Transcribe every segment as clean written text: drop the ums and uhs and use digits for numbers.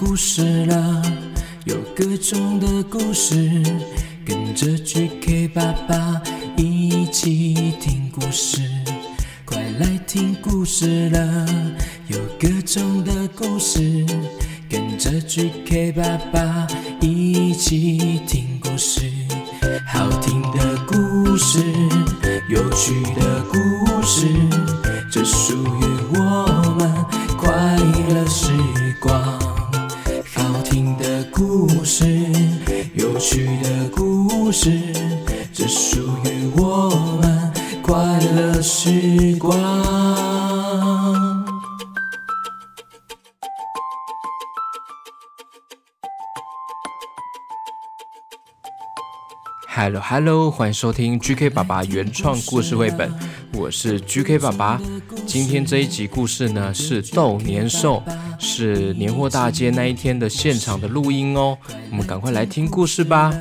故事了，有各种的故事，跟着 GK 爸爸一起听故事。快来听故事了，有各种的故事，跟着 GK 爸爸一起听故事。好听的故事，有趣的故事，这属于我们快乐时光。好听的故事，有趣的故事，这属于我们快乐时光。 Hello， 欢迎收听 GK 爸爸原创故事绘本，我是 GK 爸爸。今天这一集故事呢是斗年兽，是年货大街那一天的现场的录音哦。我们赶快来听故事吧。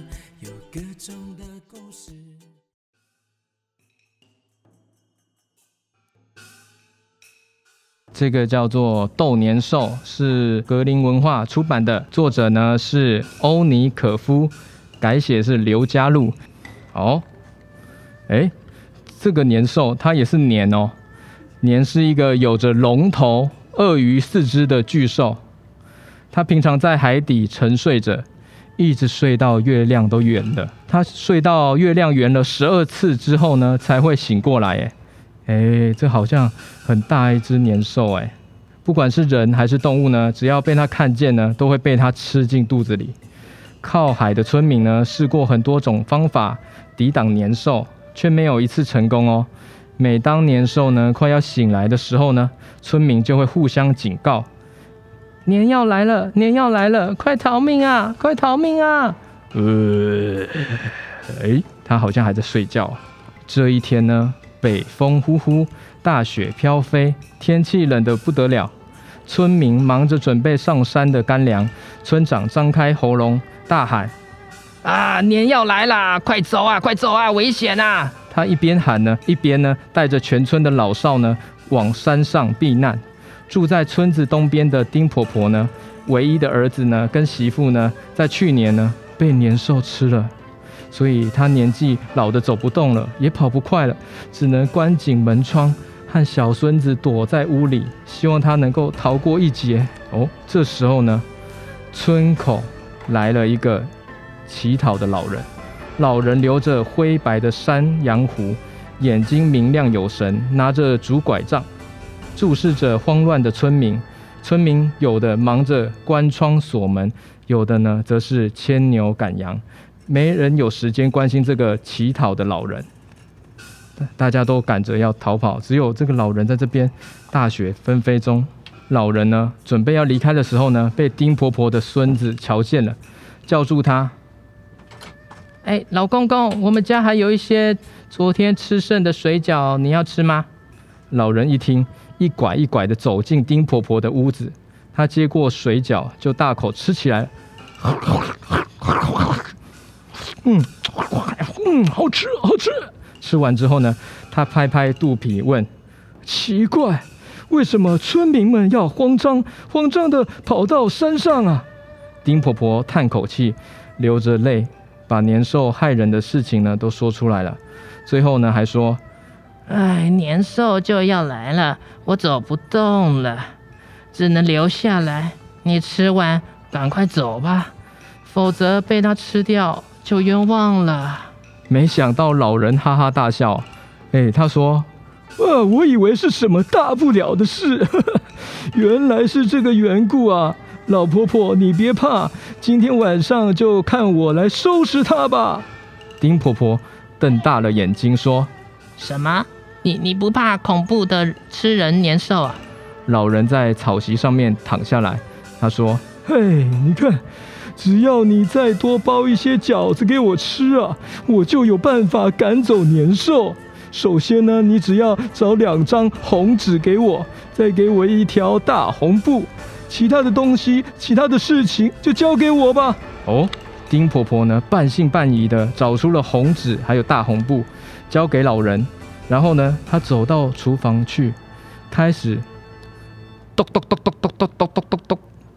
这个叫做斗年兽，是格林文化出版的，作者呢是欧尼可夫。改写是刘家禄。这个年兽它也是年哦，年是一个有着龙头、鳄鱼四肢的巨兽，它平常在海底沉睡着，一直睡到月亮都圆了。它睡到月亮圆了12次之后呢，才会醒过来。这好像很大一只年兽。不管是人还是动物呢，只要被它看见呢，都会被它吃进肚子里。靠海的村民呢，试过很多种方法抵挡年兽，却没有一次成功哦。每当年兽呢快要醒来的时候呢，村民就会互相警告：年要来了，年要来了，快逃命啊，快逃命啊！他好像还在睡觉。这一天呢，北风呼呼，大雪飘飞，天气冷得不得了。村民忙着准备上山的干粮，村长张开喉咙大喊：年要来啦，快走啊，快走啊，危险啊！他一边喊呢，一边呢带着全村的老少呢往山上避难。住在村子东边的丁婆婆呢，唯一的儿子呢跟媳妇呢，在去年呢被年兽吃了，所以他年纪老的走不动了，也跑不快了，只能关紧门窗，和小孙子躲在屋里，希望他能够逃过一劫。这时候呢，村口来了一个乞讨的老人。老人留着灰白的山羊胡，眼睛明亮有神，拿着竹拐杖，注视着慌乱的村民。村民有的忙着关窗锁门，有的呢则是牵牛赶羊，没人有时间关心这个乞讨的老人。大家都赶着要逃跑，只有这个老人在这边。大雪纷飞中，老人呢准备要离开的时候呢，被丁婆婆的孙子瞧见了，叫住他：老公公，我们家还有一些昨天吃剩的水饺，你要吃吗？老人一听，一拐一拐的走进丁婆婆的屋子，他接过水饺就大口吃起来了。好吃好吃。吃完之后呢，他拍拍肚皮问：奇怪，为什么村民们要慌张的跑到山上啊？丁婆婆叹口气，流着泪，把年兽害人的事情呢都说出来了。最后呢还说：年兽就要来了，我走不动了，只能留下来，你吃完赶快走吧，否则被它吃掉就冤枉了。没想到老人哈哈大笑，他说：我以为是什么大不了的事，原来是这个缘故啊！老婆婆，你别怕，今天晚上就看我来收拾它吧。丁婆婆瞪大了眼睛说：什么？你不怕恐怖的吃人年兽啊？老人在草席上面躺下来，他说：你看，只要你再多包一些饺子给我吃啊，我就有办法赶走年兽。首先呢，你只要找2张红纸给我，再给我一条大红布，其他的东西、其他的事情就交给我吧。丁婆婆呢半信半疑的找出了红纸还有大红布，交给老人。然后呢，她走到厨房去，开始咚咚咚咚咚咚咚咚咚咚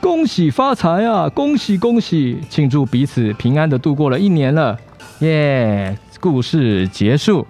恭喜发财啊！恭喜恭喜！庆祝彼此平安的度过了一年了，耶！故事结束。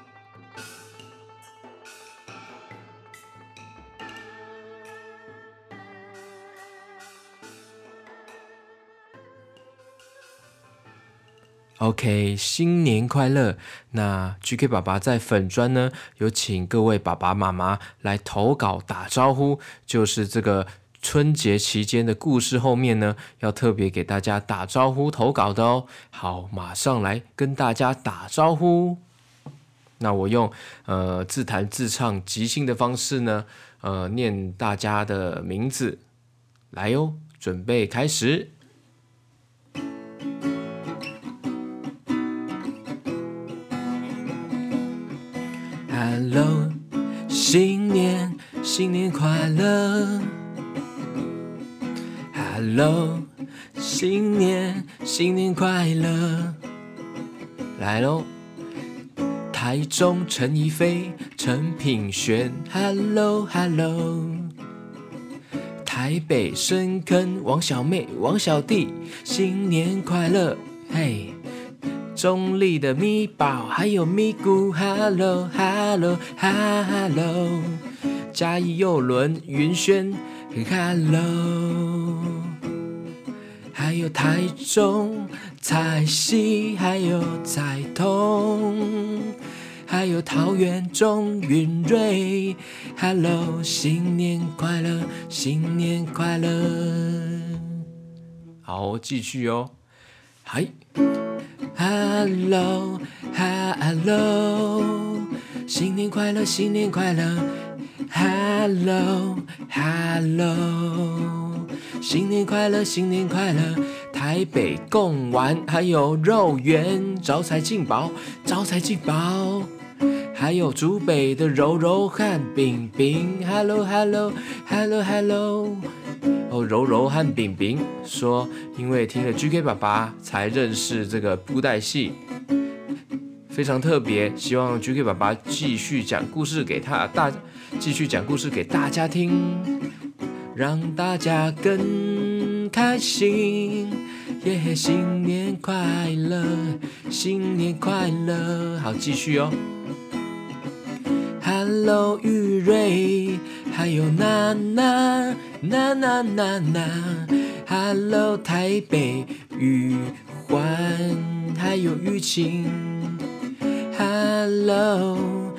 OK， 新年快乐！那 GK 爸爸在粉专呢，有请各位爸爸妈妈来投稿打招呼，就是这个春节期间的故事后面呢，要特别给大家打招呼投稿的哦。好，马上来跟大家打招呼。那我用自弹自唱即兴的方式呢，念大家的名字，来哟，准备开始。Hello， 新年快乐 ！Hello， 新年快乐！来喽！台中陈怡菲、陈品璇 ，Hello， 台北深坑王小妹、王小弟，新年快乐！嘿。中立的咪宝还有咪咕 ，Hello， 嘉义佑伦、云轩 ，Hello， 还有台中彩希，还有彩彤，还有桃园钟云瑞 ，Hello， 新年快乐，新年快乐。好，继续哦，嗨。Hello， 新年快乐，新年快乐 ！Hello， 新年快乐，新年快乐！台北贡丸还有肉圆，招财进宝，招财进宝！还有竹北的柔柔和饼饼 ，Hello， 柔柔和饼饼说，因为听了 GK 爸爸才认识这个布袋戏，非常特别，希望 GK 爸爸继续讲故事给大家听，让大家更开心。耶，新年快乐，新年快乐！好，继续哦。Hello， 玉瑞，还有娜娜 ，Hello， 台北玉环，还有玉琴 ，Hello，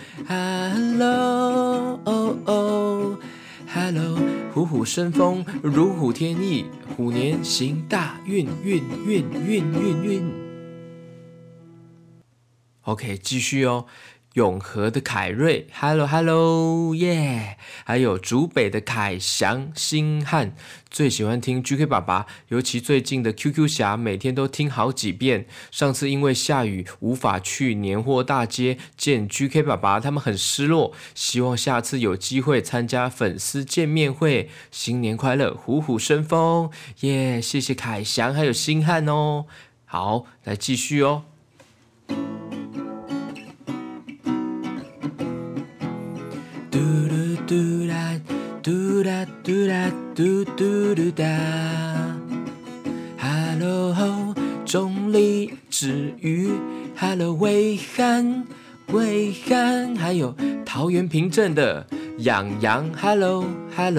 虎虎生风，如虎添翼，虎年行大运。OK， 继续哦。永和的凯瑞 ，Hello， 耶！还有竹北的凯翔、星汉，最喜欢听 GK 爸爸，尤其最近的 QQ 侠，每天都听好几遍。上次因为下雨无法去年货大街见 GK 爸爸，他们很失落，希望下次有机会参加粉丝见面会。新年快乐，虎虎生风，耶！谢谢凯翔还有星汉哦。好，来继续哦。嘟嘟嘟啦，嘟啦嘟啦，嘟嘟嘟哒。Hello， 中立之余 ，Hello， 威汉，还有桃园平镇的养羊 ，Hello，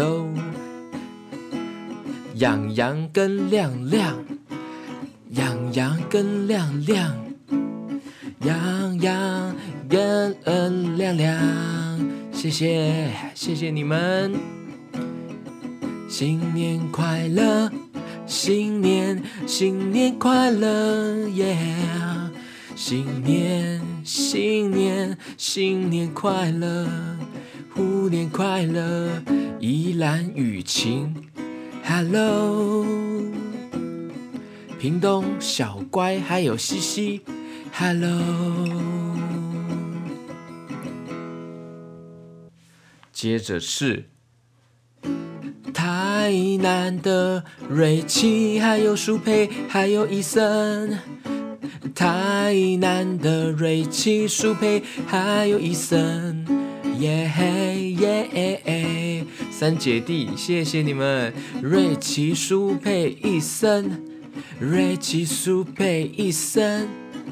养羊跟亮亮，养羊跟亮亮，养羊跟亮亮。谢谢你们，新年快乐，新年快乐，耶！新年快乐，虎年快乐，宜兰雨晴 ，Hello， 屏东小乖还有西西 ，Hello。接着是台南的瑞奇，还有舒佩，还有伊森。台南的瑞奇、舒佩，还有伊森。耶三姐弟，谢谢你们，瑞奇、苏佩、一生，瑞奇、苏佩、一生，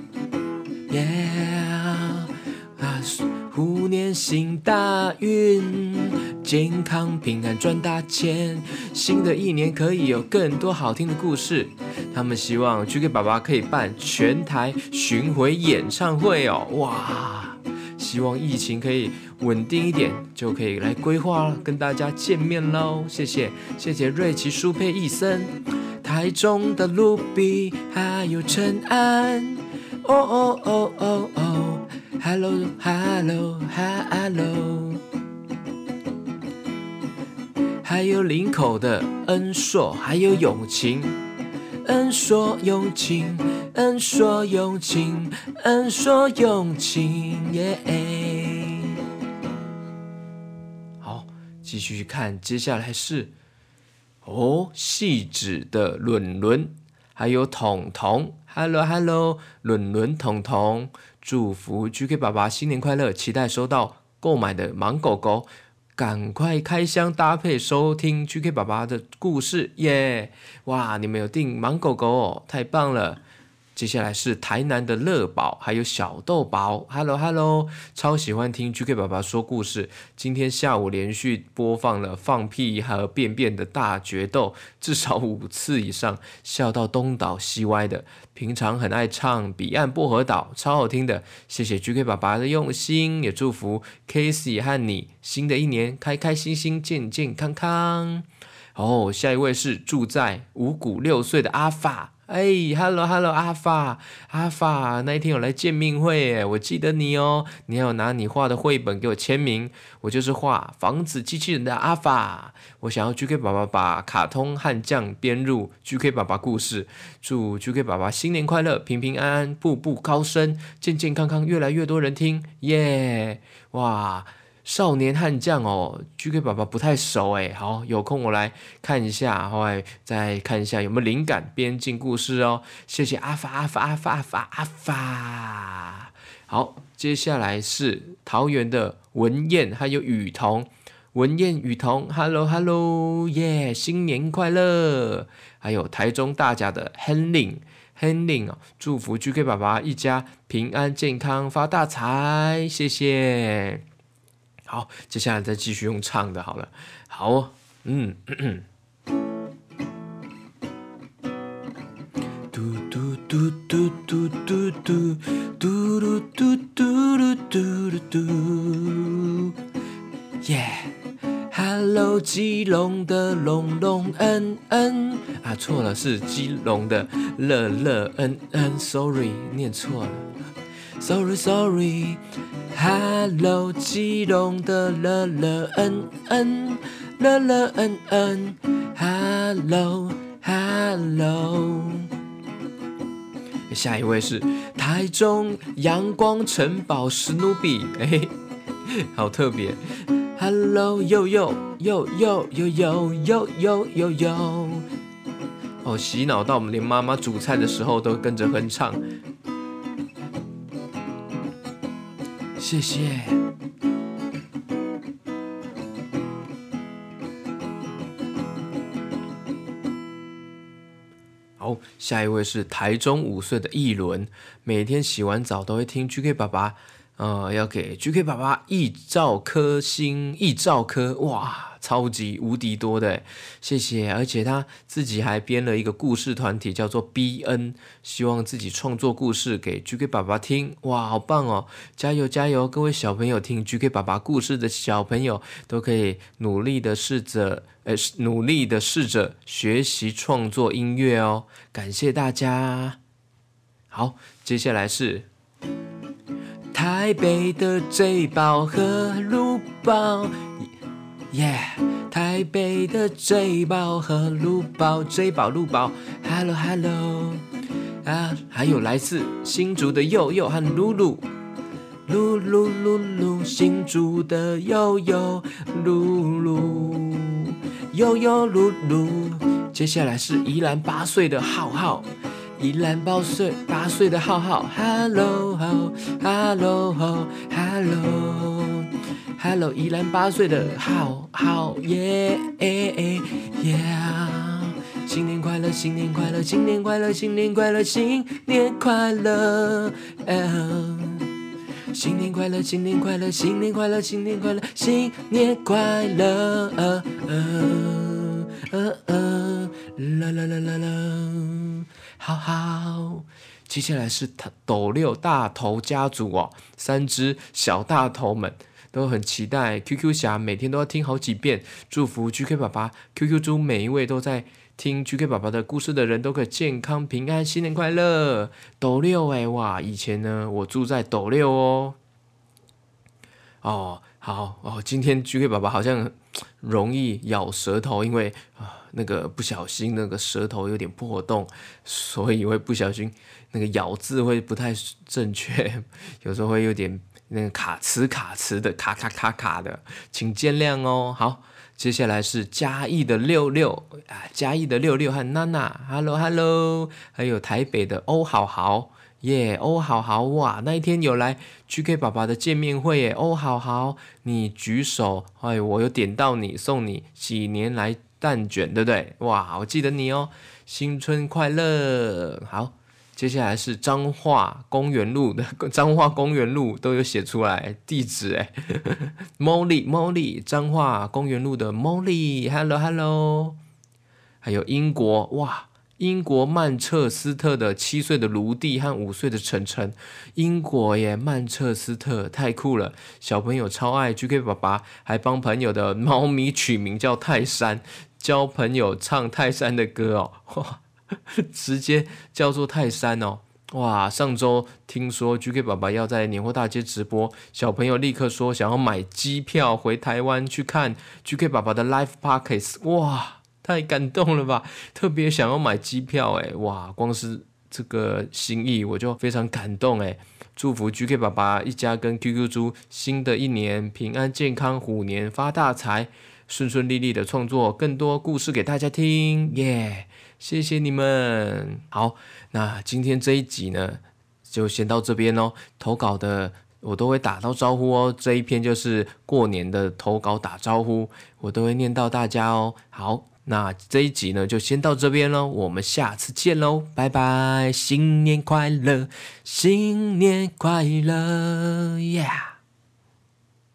虎年行大运，健康平安赚大钱，新的一年可以有更多好听的故事。他们希望 GK 爸爸可以办全台巡回演唱会哦，哇！希望疫情可以稳定一点，就可以来规划跟大家见面喽。谢谢瑞奇、苏佩、一生，台中的卢比还有陈安，Hello， 还有林口的恩硕，还有永晴，恩硕永晴，恩硕永晴，恩硕永晴，耶！好，继续看，接下来是细致的伦伦，还有彤彤。Hello， 伦伦、彤彤，祝福 GK 爸爸新年快乐！期待收到购买的盲狗狗，赶快开箱搭配收听 GK 爸爸的故事耶！哇，你们有订盲狗狗哦，太棒了！接下来是台南的乐宝，还有小豆宝 ，Hello， 超喜欢听 GK 爸爸说故事。今天下午连续播放了放屁和便便的大决斗，至少5次以上，笑到东倒西歪的。平常很爱唱《彼岸薄荷岛》，超好听的。谢谢 GK 爸爸的用心，也祝福 Casey 和你新的一年开开心心、健健康康。下一位是住在五谷6岁的阿法。Hello， 阿法，那一天有来见面会耶，我记得你哦，你还有拿你画的绘本给我签名，我就是画房子机器人的阿法，我想要 GK 爸爸把卡通悍将编入 GK 爸爸故事，祝 GK 爸爸新年快乐，平平安安，步步高升，健健康康，越来越多人听，耶！哇！少年悍将哦 ，GK 爸爸不太熟哎，好，有空我来看一下，后来再看一下有没有灵感编进故事哦。谢谢阿法。好，接下来是桃园的文燕还有雨桐，文燕、雨桐 ，Hello， 耶，新年快乐！还有台中大甲的 Henling 哦，祝福 GK 爸爸一家平安健康发大财，谢谢。好，接下来再继续用唱的，好了，好哦，嘟嘟嘟嘟嘟嘟嘟嘟嘟嘟嘟嘟嘟，耶 ！Hello， 基隆的龙龙恩恩啊，错了，是基隆的乐乐恩恩 ，sorry， 念错了。Sorry，Hello， 基隆的乐乐恩恩，乐乐恩恩 ，Hello， 下一位是台中阳光城堡史努比，好特别 ，Hello， yo，洗脑到我们连妈妈煮菜的时候都跟着哼唱。谢谢。好，下一位是台中5岁的艺伦，每天洗完澡都会听 GK 爸爸，要给 GK 爸爸1兆颗星，1兆颗，哇！超级无敌多的，谢谢！而且他自己还编了一个故事团体，叫做 BN， 希望自己创作故事给 GK 爸爸听，哇，好棒哦！加油加油！各位小朋友听 GK 爸爸故事的小朋友都可以努力的试着学习创作音乐哦，感谢大家！好，接下来是台北的J宝和卢宝。台北的J宝和卢宝 ，J宝、卢宝 ，Hello， 还有来自新竹的佑佑和露露，新竹的佑佑，露露，接下来是宜兰8岁的浩浩，宜兰8岁的浩浩 ，Hello， ，Hello 宜兰8岁的好好耶新年快乐，新年快乐，新年快乐，新年快乐，新年快乐，新年快乐，新年快乐，新年快乐，新年快乐，新年快乐，啦啦啦啦啦，好好。接下来是斗六大头家族哦，3只小大头们都很期待 QQ 侠每天都要听好几遍，祝福 GK 爸爸 QQ 猪每一位都在听 GK 爸爸的故事的人都可以健康平安，新年快乐。斗六哇，以前呢我住在斗六好今天 GK 爸爸好像容易咬舌头，因为那个不小心那个舌头有点破洞，所以会不小心那个咬字会不太正确，有时候会有点那个卡词的卡的，请见谅哦。好，接下来是嘉义的66嘉义的66和娜娜 ，Hello， 还有台北的欧好好。欧好好哇！那一天有来 GK 爸爸的见面会耶，欧好好，你举手，我有点到你，送你喜年来蛋卷，对不对？哇，我记得你哦，新春快乐！好，接下来是彰化公园路的彰化公园路都有写出来地址哎，Molly 彰化公园路的 Molly，Hello， 还有英国哇。英国曼彻斯特的7岁的卢蒂和5岁的晨晨，英国耶，曼彻斯特太酷了，小朋友超爱 GK 爸爸，还帮朋友的猫咪取名叫泰山，教朋友唱泰山的歌哦，哇，直接叫做泰山哦。哇！上周听说 GK 爸爸要在年货大街直播，小朋友立刻说想要买机票回台湾去看 GK 爸爸的 Live Podcast， 哇！太感动了吧！特别想要买机票哇！光是这个心意我就非常感动祝福 GK 爸爸一家跟 QQ 猪新的一年平安健康，虎年发大财，顺顺利利的创作更多故事给大家听谢谢你们。好，那今天这一集呢就先到这边哦。投稿的我都会打到招呼哦，这一篇就是过年的投稿打招呼，我都会念到大家哦。好，那这一集呢就先到这边咯，我们下次见咯，拜拜，新年快乐，新年快乐，